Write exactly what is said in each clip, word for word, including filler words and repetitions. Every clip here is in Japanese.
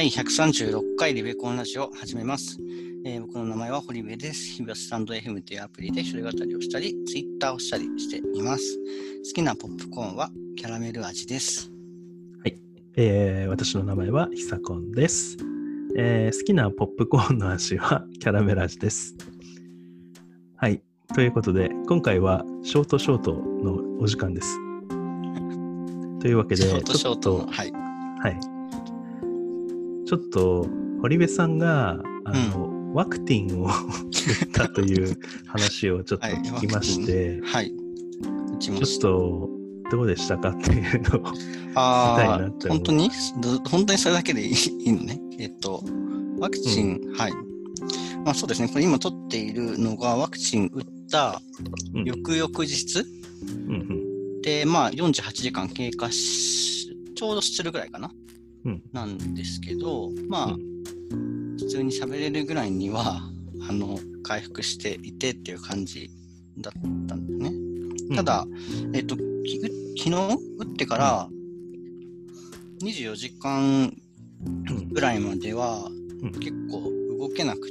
第ひゃくさんじゅうろっかいリベコンラジオを始めます。えー、僕の名前は堀部です。日々はスタンド エフエム というアプリで一人語りをしたり、ツイッターをしたりしています。好きなポップコーンはキャラメル味です。 はい、えー、私の名前はひさこんです、えー。好きなポップコーンの味はキャラメル味です。はい、ということで今回はショートショートのお時間です。というわけで、 ショートショートの、 はい、はい、ちょっと堀部さんがあの、うん、ワクティンを打ったという話をちょっと聞きまして、 はい、打ちました。 ちょっとどうでしたかっていうのを聞きたいなって思う。 本当に本当にそれだけでいい、いいのね。えっとワクチン、うん、はい。まあそうですね。これ今取っているのがワクチン打った翌々日、うんうん、でまあよんじゅうはちじかん経過しちょうどするぐらいかな、うん、なんですけど、まあ、うん、普通に喋れるぐらいにはあの回復していてっていう感じだったんだよね。うん、ただ、えっと昨日打ってからにじゅうよじかんぐらいまでは結構動けなくって、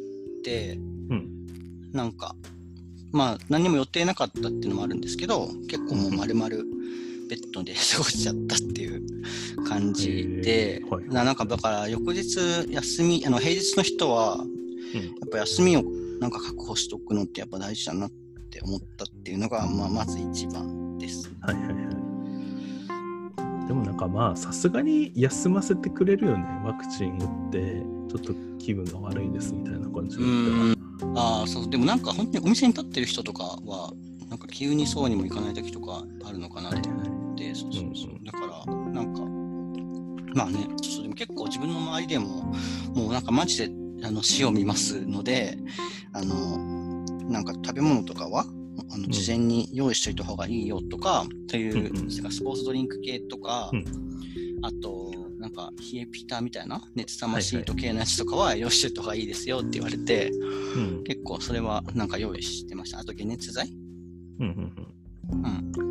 うん、なんかまあ何にも予定なかったっていうのもあるんですけど、結構もう丸々ベッドで過ごしちゃったっていう感じで、はいはい、なんかだから翌日休み、あの平日の人はやっぱ休みをなんか確保しておくのってやっぱ大事だなって思ったっていうのが、まあ、まず一番です。 はいはいはい。でもなんかまあさすがに休ませてくれるよね。ワクチン打ってちょっと気分が悪いですみたいな感じだったら。 ああ、そう。でもなんか本当にお店に立ってる人とかはなんか急にそうにもいかない時とかあるのかなって思って、はいはい、そうそうそう、うん、だからなんかまあね、そうでも結構自分の周りでももうなんかマジであの死を見ますので、あのなんか食べ物とかはあの事前に用意しておいた方がいいよとか、うん、という、うん、スポーツドリンク系とか、うん、あとなんか冷えピタみたいな熱冷まシート系のやつとかは用意しておいた方がいいですよって言われて、はいはい、結構それはなんか用意してました。あと解熱剤、うんうんうん、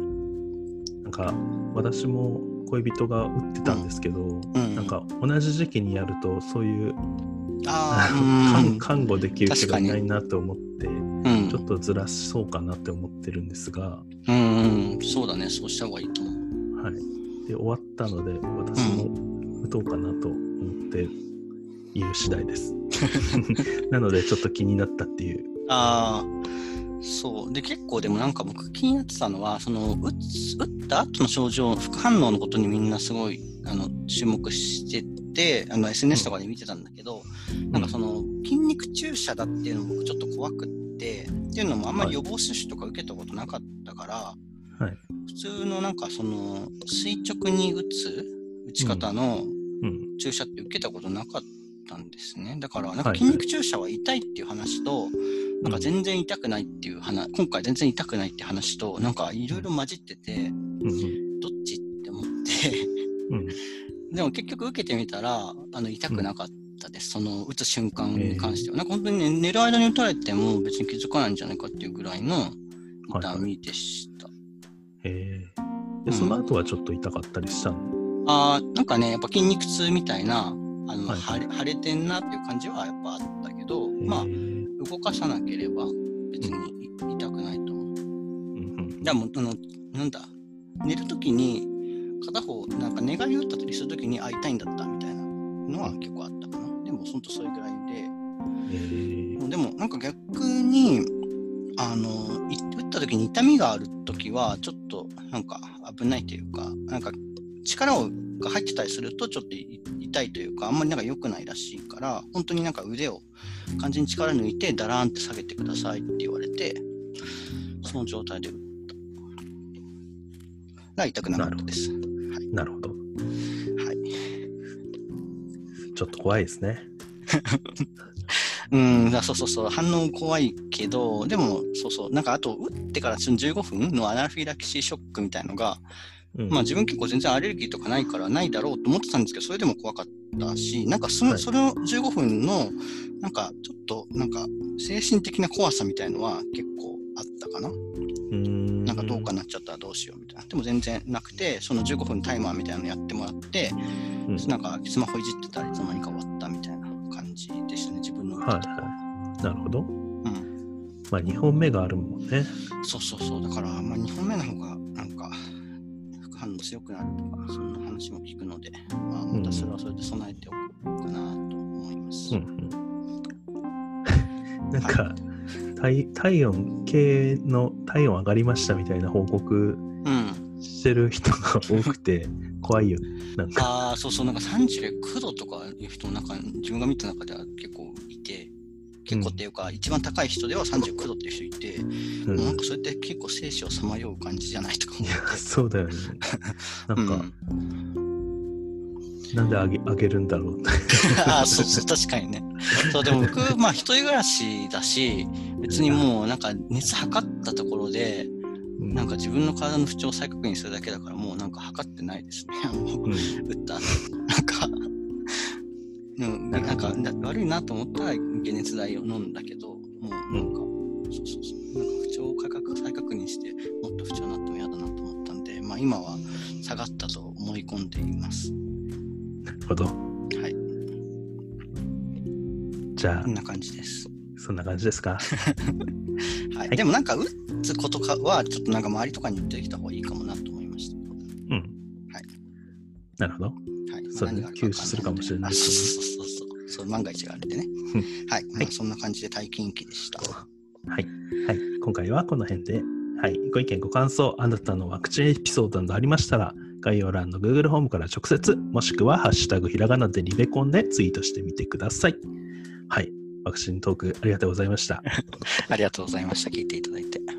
なんか私も恋人が打ってたんですけど、うんうん、なんか同じ時期にやるとそういうあ看, 看護できる人がいないなと思って、うん、ちょっとずらそうかなって思ってるんですが、 うんうん、そうだね、そうした方がいいと思う。 はい。で終わったので私も打とうかなと思っている次第です。なのでちょっと気になったっていう。 ああ、そうで結構でもなんか僕気になってたのはその打つ打った後の症状副反応のことにみんなすごいあの注目してて、あの エスエヌエス とかで見てたんだけど、うん、なんかその筋肉注射だっていうのも僕ちょっと怖くってっていうのもあんまり予防接種とか受けたことなかったから、はい、普通のなんかその垂直に打つ打ち方の注射って受けたことなかったんですね。だからなんか筋肉注射は痛いっていう話と、はいはい、なんか全然痛くないっていう話、うん、今回全然痛くないって話となんかいろいろ混じってて、うん、どっちって思って、うん、でも結局受けてみたらあの痛くなかったです、うん、その打つ瞬間に関しては、えー、なんか本当に、ね、寝る間に打たれても別に気づかないんじゃないかっていうぐらいの痛みでした。 はいはい、へーで、その後はちょっと痛かったりしたの？ あーなんかねやっぱ筋肉痛みたいなあの、はい、腫れ、腫れてんなっていう感じはやっぱあったけど、まあ動かさなければ別に痛くないと思う。うん、でもあのなんだ寝るときに片方なんか寝返り打ったりするときにあ痛いんだったみたいなのは結構あったかな。でもほんとそれぐらいで、えー、でもなんか逆にあの打ったときに痛みがあるときはちょっとなんか危ないというか、なんか力をが入ってたりするとちょっと痛いというかあんまりなんか良くないらしいから、本当になんか腕を完全に力抜いてダラーンって下げてくださいって言われて、その状態で打ったら痛くなかったです。 なるほど、はい、はい、ちょっと怖いですね。 うんだそうそうそう反応怖いけど、でもそうそうなんかあと打ってからじゅうごふんのアナフィラキシーショックみたいのが、うん、まあ自分結構全然アレルギーとかないからないだろうと思ってたんですけど、それでも怖かったし、なんかその、はい、そのじゅうごふんのなんかちょっとなんか精神的な怖さみたいのは結構あったかな。うーんなんかどうかなっちゃったらどうしようみたいな。でも全然なくて、そのじゅうごふんタイマーみたいなのやってもらって、うん、なんかスマホいじってたらいつの間にか終わっったとか。 はいはい。なるほど。 うん。 まあにほんめがあるもんね。 そうそうそう。だから、まあ、にほんめの方がなんか副反応強くなるとか、そんな話も聞くので、まあ、またそれはそれで備えておこうかなと思います。 うんうん、なんか、はい、体, 体温計の体温上がりましたみたいな報告してる人が多くて怖いよね。なんかああ、そうそう、なんかさんじゅうきゅうどとかいう人もなんか自分が見た中では結構いて、結構っていうか、うん、一番高い人ではさんじゅうきゅうどっていう人いて、うん、もうなんかそれって結構生死をさまよう感じじゃないとか思って。いや、 そうだよね。なんか、うん、なんであげ、あげるんだろうって。 ああ、そうそう、確かにね。そう、でも僕、まあ一人暮らしだし、別にもうなんか熱測ったところで、なんか自分の体の不調を再確認するだけだからもうなんか測ってないですね。もう、うん、打った後なんか、うん、なんか悪いなと思ったら解熱剤を飲んだけど、もうなんか、うん、そうそうそう、なんか不調を再確認してもっと不調になっても嫌だなと思ったんで、まあ今は下がったと思い込んでいます。 なるほど。 はい。 じゃあ、 こんな感じです。 そんな感じですか。 はい、はい。でもなんか打つことかはちょっとなんか周りとかに言ってきた方がいいかもなと思いました。うん。 はい。なるほど。はい。そうね。休止するかもしれない。 そうそうそうそう。そう、万が一があるんでね。はい。まあ、そんな感じで体験記でした。 はい。はい。今回はこの辺で、はい。ご意見ご感想、あなたのワクチンエピソードなどありましたら、概要欄の Google ホームから直接、もしくはハッシュタグひらがなでリベコンでツイートしてみてください。はい。ワクチントークありがとうございました。 ありがとうございました。聞いていただいて。